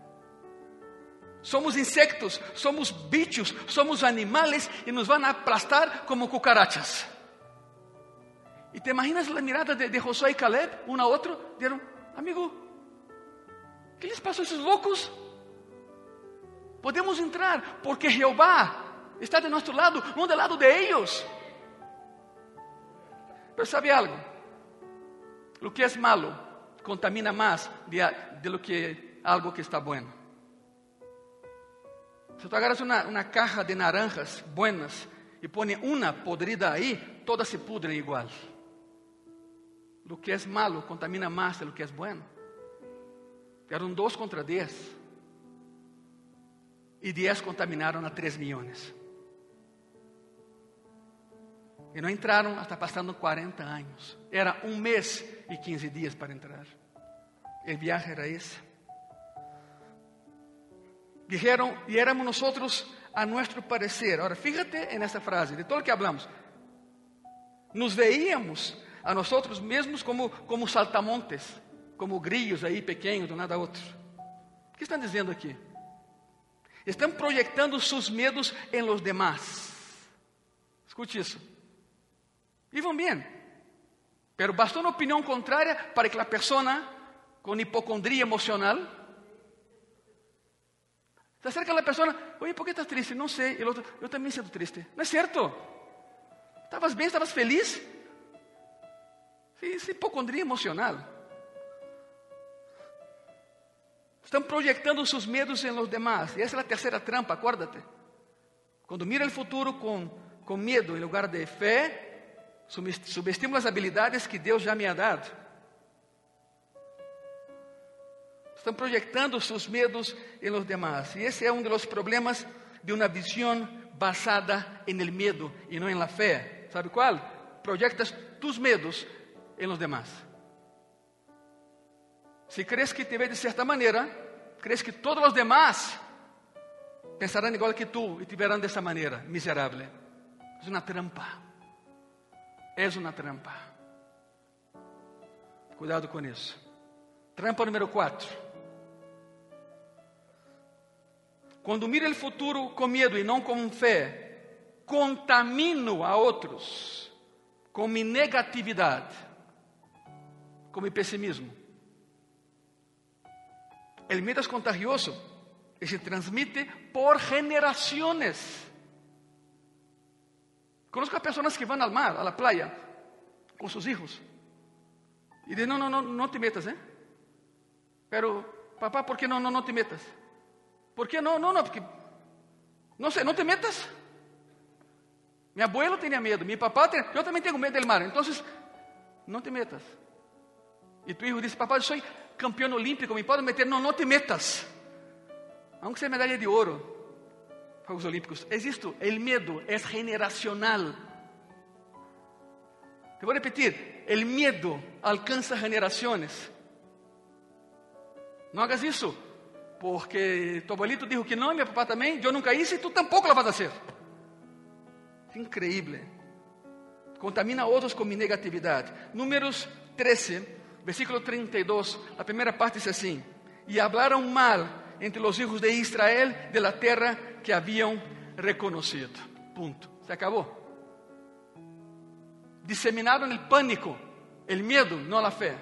Somos insectos, somos bichos, somos animales y nos van a aplastar como cucarachas. ¿Y te imaginas la mirada de Josué y Caleb, uno a otro? Dijeron: amigo, ¿qué les pasó a esos locos? Podemos entrar porque Jehová está de nuestro lado, no del lado de ellos. Pero ¿sabe algo? Lo que es malo contamina más de lo que algo que está bueno. Si tú agarras una caja de naranjas buenas y pones una podrida ahí, todas se pudren igual. Lo que es malo contamina más de lo que es bueno. Eran 2 contra 10. Y 10 contaminaron a 3 millones. Y no entraron hasta pasando 40 años. Era 1 mes y 15 días para entrar. El viaje era ese. Dijeron, y éramos nosotros a nuestro parecer. Ahora, fíjate en esa frase, de todo lo que hablamos. Nos veíamos a nosotros mismos como saltamontes. como grillos aí pequeños de um lado a outro. O que estão dizendo aqui? Estão proyectando sus medos em los demás. Escute isso. E vão bem. Pero bastou uma opinião contrária para que a pessoa com hipocondria emocional se acerca a la persona, oye, ¿por qué estás triste? No sé. Y el otro, yo también siento triste. No es cierto. ¿Estabas bien? ¿Estabas feliz? Sí, es hipocondría emocional. Están proyectando sus miedos en los demás. Y esa es la tercera trampa, acuérdate. Cuando mira el futuro con miedo en lugar de fe, subestimo las habilidades que Dios ya me ha dado. Estão proyectando sus medos en los demás. Y ese es uno de los problemas de una visión basada en el miedo y no en la fe. ¿Sabe cuál? Proyectas tus medos en los demás. Si crees que te ves de cierta manera, crees que todos los demás pensarán igual que tú y te verán de esa manera, miserable. Es una trampa. Es una trampa. Cuidado con eso. Trampa número 4. Quando miro o futuro com medo e não com fé, contamino a outros com minha negatividade, com meu pessimismo. O medo é contagioso e se transmite por gerações. Conozco a pessoas que vão ao mar, à praia, com seus filhos, e dizem, não te metas, Pero, papá, ¿por qué no te metas? ¿Por qué no? Porque, no sé, no te metas. Mi abuelo tenía miedo, mi papá tenía, yo también tengo miedo del mar, entonces, no te metas. Y tu hijo dice, papá, yo soy campeón olímpico, ¿me puedo meter? No te metas. Aunque sea medalla de oro, Juegos Olímpicos. Es esto, el miedo es generacional. Te voy a repetir, el miedo alcanza generaciones. No hagas eso, porque tu abuelito dijo que no, y mi papá también, yo nunca hice y tú tampoco lo vas a hacer. Es increíble. Contamina a otros con mi negatividad. Números 13, versículo 32, la primera parte dice así: y hablaron mal entre los hijos de Israel de la tierra que habían reconocido. Punto. Se acabó. Diseminaron el pánico, el miedo, no la fe.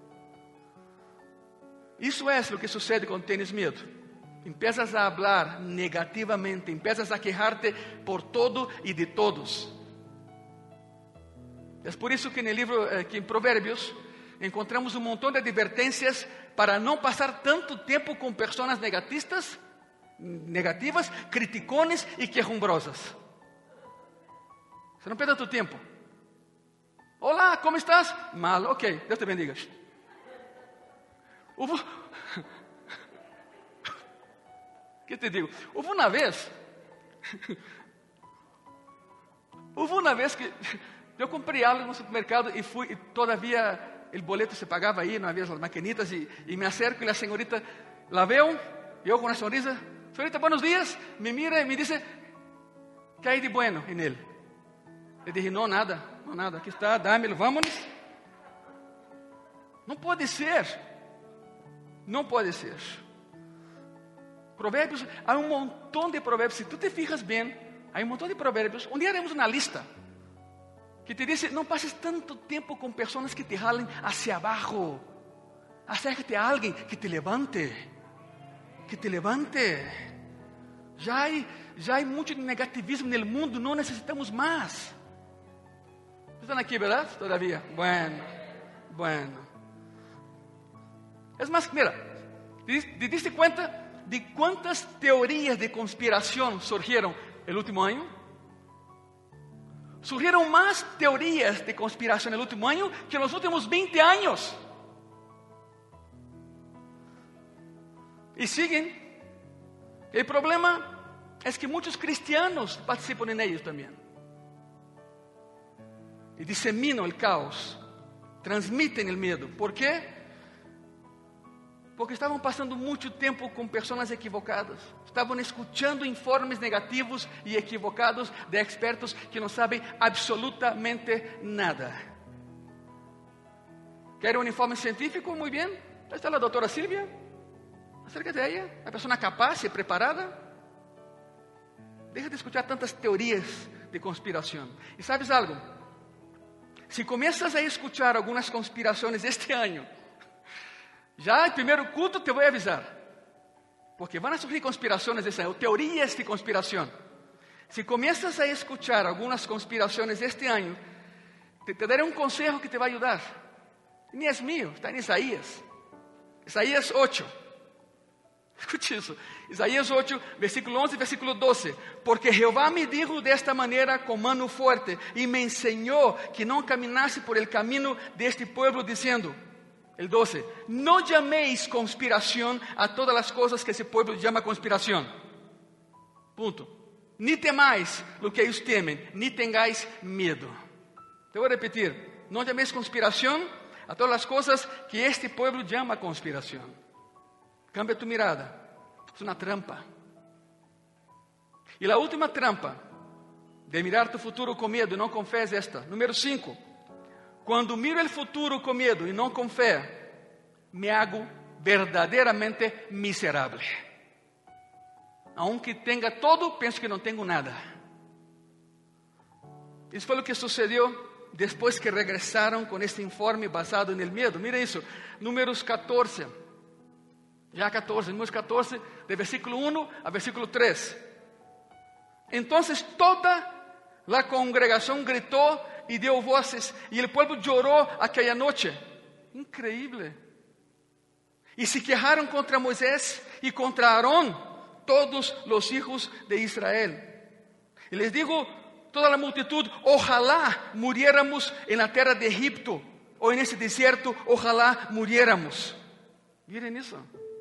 Isso é o que sucede quando tens medo. Empiezas a hablar negativamente, empiezas a quejarte por todo e de todos. É por isso que no livro, que em Provérbios, encontramos um montão de advertências para não passar tanto tempo com pessoas negativas, criticones e quejumbrosas. Você não perda tu tempo. Olá, como estás? Mal, ok, Deus te bendiga. ¿Qué te digo? Hubo una vez que yo compré algo en un supermercado y fui, y todavía el boleto se pagaba ahí, no había las maquinitas, y me acerco y la señorita la veo, yo con una sonrisa, señorita, buenos días, me mira y me dice, ¿qué hay de bueno en él? Le dije, no, nada, aquí está, dámelo, vámonos. No puede ser. Não pode ser. Provérbios, há um montão de provérbios. Se tu te fijas bem, há um montão de provérbios. Um dia haremos uma lista que te diz: não passes tanto tempo com pessoas que te jalen hacia abajo. Acércate a alguém que te levante. Que te levante. Já há muito negativismo no mundo. Não necessitamos mais. Estão aqui, verdade? Todavia. Bueno. Es más, mira, ¿te diste cuenta de cuántas teorías de conspiración surgieron el último año? Surgieron más teorías de conspiración el último año que en los últimos 20 años. Y siguen. El problema es que muchos cristianos participan en ellos también. Y diseminan el caos, transmiten el miedo. ¿Por qué? Porque estavam passando muito tempo com pessoas equivocadas. Estavam escutando informes negativos e equivocados de expertos que não sabem absolutamente nada. ¿Quiere un informe científico? Muy bien. Ahí está la doctora Silvia. Acércate a ella, una persona capaz y preparada. Deja de escuchar tantas teorías de conspiración. ¿Y sabes algo? Si comienzas a escuchar algunas conspiraciones este año, ya el primer culto te voy a avisar. Porque van a surgir conspiraciones este año, teorías de conspiración. Si comienzas a escuchar algunas conspiraciones este año, te daré un consejo que te va a ayudar. Ni es mío, está en Isaías. Isaías 8. Escute isso. Isaías 8, versículo 11 e versículo 12. Porque Jehová me dijo de esta manera con mano fuerte y me enseñó que no caminase por el camino de este pueblo diciendo, el 12, no llaméis conspiración a todas las cosas que ese pueblo llama conspiración. Punto. Ni temáis lo que ellos temen, ni tengáis miedo. Te voy a repetir, no llaméis conspiración a todas las cosas que este pueblo llama conspiración. Cambia tu mirada, es una trampa. Y la última trampa de mirar tu futuro con miedo y no con fe es esta. Número 5. Cuando miro el futuro con miedo y no con fe, me hago verdaderamente miserable. Aunque tenga todo, pienso que no tengo nada. Eso fue lo que sucedió después que regresaron con este informe basado en el miedo. Mira eso, Números 14. Ya 14, Números 14, de versículo 1 a versículo 3. Entonces toda la congregación gritó y dio voces, y el pueblo lloró aquella noche. Increíble. Y se quejaron contra Moisés y contra Aarón, todos los hijos de Israel. Y les digo toda la multitud, ojalá muriéramos en la tierra de Egipto, o en ese desierto, ojalá muriéramos. Miren eso.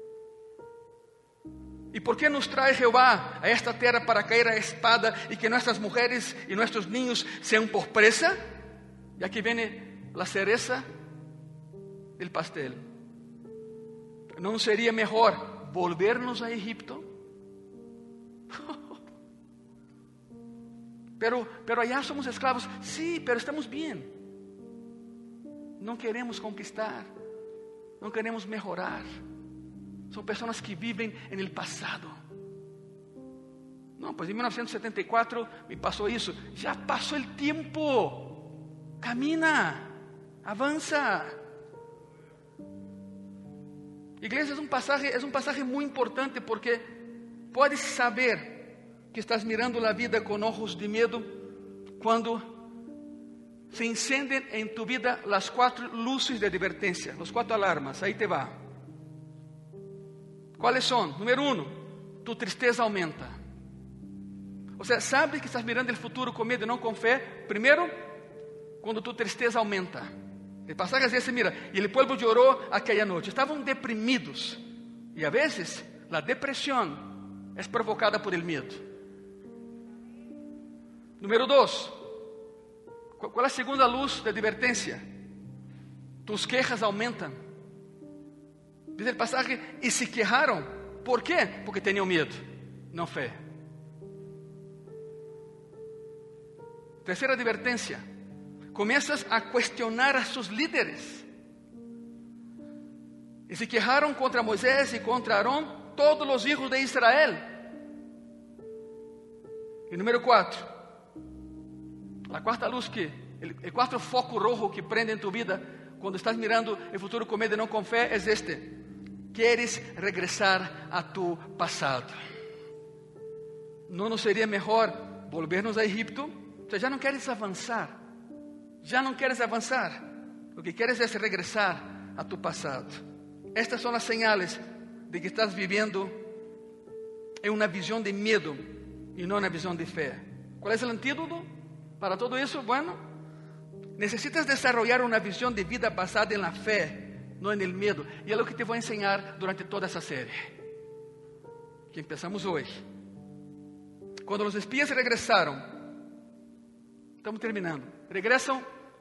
¿Y por qué nos trae Jehová a esta tierra para caer a espada y que nuestras mujeres y nuestros niños sean por presa? Y aquí viene la cereza del pastel. ¿No sería mejor volvernos a Egipto? Pero allá somos esclavos. Sí, pero estamos bien. No queremos conquistar. No queremos mejorar. Son personas que viven en el pasado. No, pues en 1974 me pasó eso. Ya pasó el tiempo. Camina, avanza. Iglesia, es un pasaje muy importante porque puedes saber que estás mirando la vida con ojos de miedo cuando se encienden en tu vida las 4 luces de advertencia, las 4 alarmas. Ahí te va. ¿Cuáles son? Número 1, tu tristeza aumenta. O sea, sabes que estás mirando el futuro con miedo y no con fe. Primero, cuando tu tristeza aumenta. El pasaje dice, mira, y el pueblo lloró aquella noche. Estaban deprimidos. Y a veces la depresión es provocada por el miedo. Número 2, ¿cuál es la segunda luz de advertencia? Tus quejas aumentan. Dice el pasaje, y se quejaron. ¿Por qué? Porque tenían miedo, no fe. Tercera advertencia, comienzas a cuestionar a sus líderes. Y se quejaron contra Moisés y contra Aarón todos los hijos de Israel. Y número 4, la cuarta luz el cuarto foco rojo que prende en tu vida cuando estás mirando el futuro con miedo y no con fe es este. Quieres regresar a tu pasado. ¿No nos sería mejor volvernos a Egipto? O sea, ya no quieres avanzar. Ya no quieres avanzar. Lo que quieres es regresar a tu pasado. Estas son las señales de que estás viviendo en una visión de miedo y no una visión de fe. ¿Cuál es el antídoto para todo eso? Bueno, necesitas desarrollar una visión de vida basada en la fe, no en el miedo. Y es lo que te voy a enseñar durante toda esa serie que empezamos hoy. Cuando los espías regresaron, estamos terminando, regresan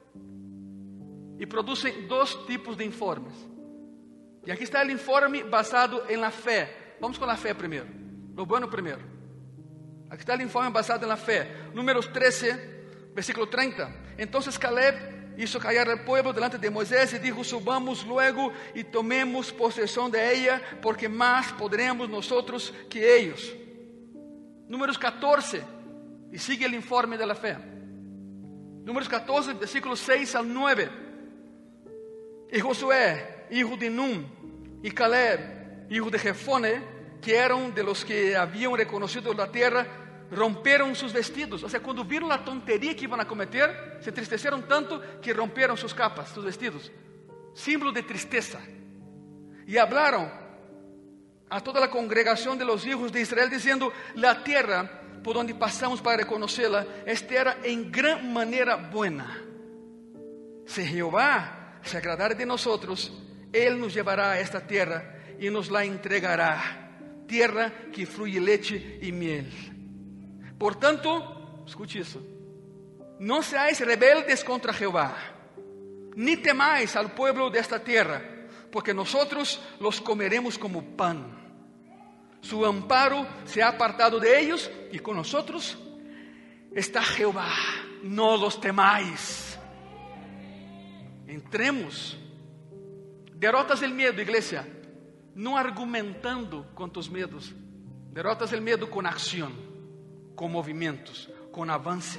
y producen 2 tipos de informes. Y aquí está el informe basado en la fe. Vamos con la fe primero, lo bueno primero. Aquí está el informe basado en la fe. Números 13, versículo 30. Entonces Caleb hizo callar al pueblo delante de Moisés y dijo: subamos luego y tomemos posesión de ella, porque más podremos nosotros que ellos. Números 14, y sigue el informe de la fe. Números 14, versículos 6 al 9. Y Josué, hijo de Nun, y Caleb, hijo de Jefone, que eran de los que habían reconocido la tierra, rompieron sus vestidos. O sea, cuando vieron la tontería que iban a cometer, se entristecieron tanto que rompieron sus capas, sus vestidos, símbolo de tristeza. Y hablaron a toda la congregación de los hijos de Israel, diciendo: la tierra por donde pasamos para reconocerla es tierra en gran manera buena. Si Jehová se agradare de nosotros, Él nos llevará a esta tierra y nos la entregará, tierra que fluye leche y miel. Por tanto, escuche eso: no seáis rebeldes contra Jehová, ni temáis al pueblo de esta tierra, porque nosotros los comeremos como pan. Su amparo se ha apartado de ellos, y con nosotros está Jehová. No los temáis. Entremos. Derrotas el miedo, iglesia, no argumentando con tus miedos. Derrotas el miedo con acción, con movimientos, con avance.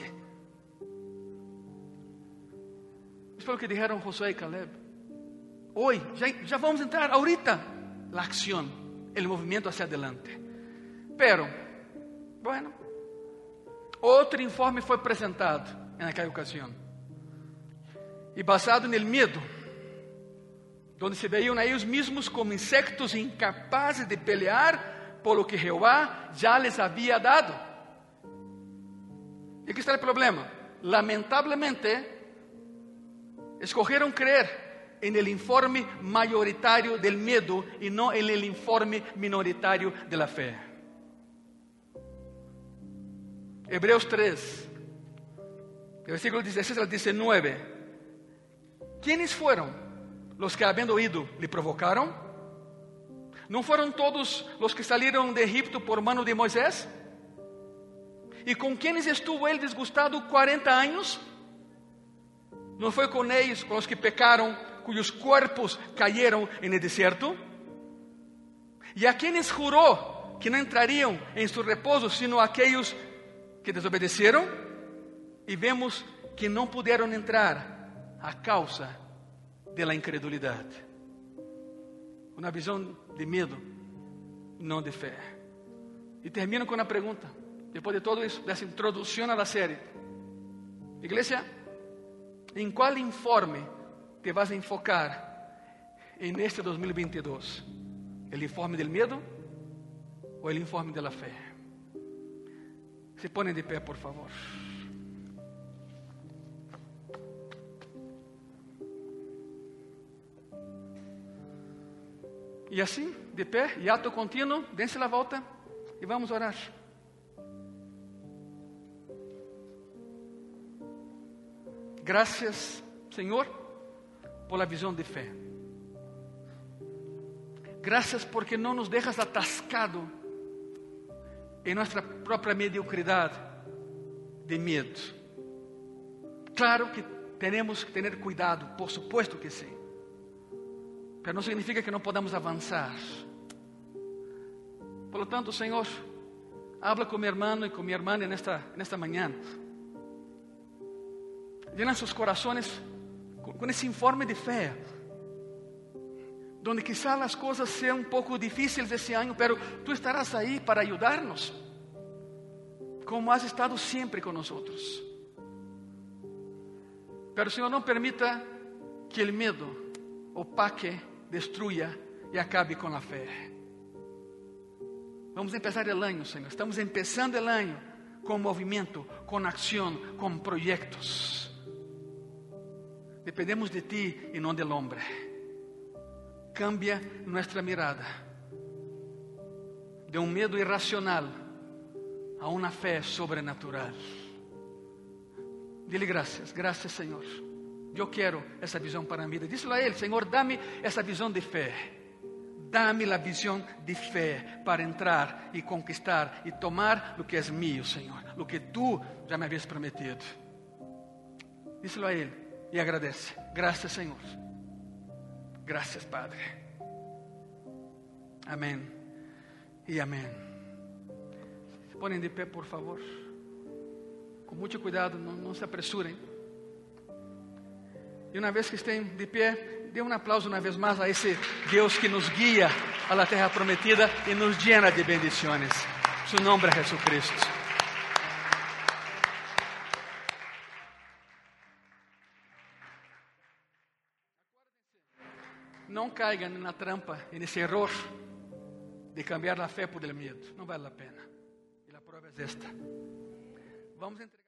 Eso fue lo que dijeron Josué y Caleb. Hoy, ya vamos a entrar ahorita. La acción, el movimiento hacia adelante. Pero, bueno, otro informe fue presentado en aquella ocasión. Y basado en el miedo, donde se veían a ellos mismos como insectos incapaces de pelear por lo que Jehová ya les había dado. Y aquí está el problema. Lamentablemente, escogieron creer en el informe mayoritario del miedo y no en el informe minoritario de la fe. Hebreos 3, versículos 16 al 19. ¿Quiénes fueron los que, habiendo oído, le provocaron? ¿No fueron todos los que salieron de Egipto por mano de Moisés? ¿Y con quiénes estuvo él disgustado 40 años? ¿No fue con ellos, con los que pecaron, cuyos cuerpos cayeron en el desierto? ¿Y a quienes juró que no entrarían en su reposo, sino a aquellos que desobedecieron? Y vemos que no pudieron entrar a causa de la incredulidad. Una visión de miedo, no de fe. Y termino con una pregunta, después de todo eso, de esa introducción a la serie. Iglesia, ¿en cuál informe te vas a enfocar en este 2022? ¿El informe del miedo o el informe de la fe? Se ponen de pie, por favor. Y así, de pie, y acto continuo, dense la volta y vamos a orar. Gracias, Señor, por la visión de fe. Gracias porque no nos dejas atascado en nuestra propia mediocridad de miedo. Claro que tenemos que tener cuidado, por supuesto que sí. Pero no significa que no podamos avanzar. Por lo tanto, Señor, habla con mi hermano y con mi hermana en esta mañana. Llena sus corazones con ese informe de fe, donde quizá las cosas sean un poco difíciles este año, pero tú estarás ahí para ayudarnos, como has estado siempre con nosotros. Pero Señor, no permita que el miedo opaque, destruya y acabe con la fe. Vamos a empezar el año, Señor. Estamos empezando el año con movimiento, con acción, con proyectos. Dependemos de ti y no del hombre. Cambia nuestra mirada de un miedo irracional a una fe sobrenatural. Dile gracias, gracias, Señor. Yo quiero esa visión para mí. Díselo a Él: Señor, dame esa visión de fe. Dame la visión de fe para entrar y conquistar y tomar lo que es mío, Señor. Lo que tú ya me habías prometido. Díselo a Él. y agradece. Gracias, Señor. Gracias, Padre. Amén y amén. Se ponen de pie, por favor. Con mucho cuidado, no se apresuren. Y una vez que estén de pie, dê un aplauso una vez más a ese Dios que nos guía a la tierra prometida y nos llena de bendiciones. Su nombre es Jesucristo. No caigan en la trampa, en ese error de cambiar la fe por el miedo. No vale la pena. Y la prueba es esta. Vamos a entregar.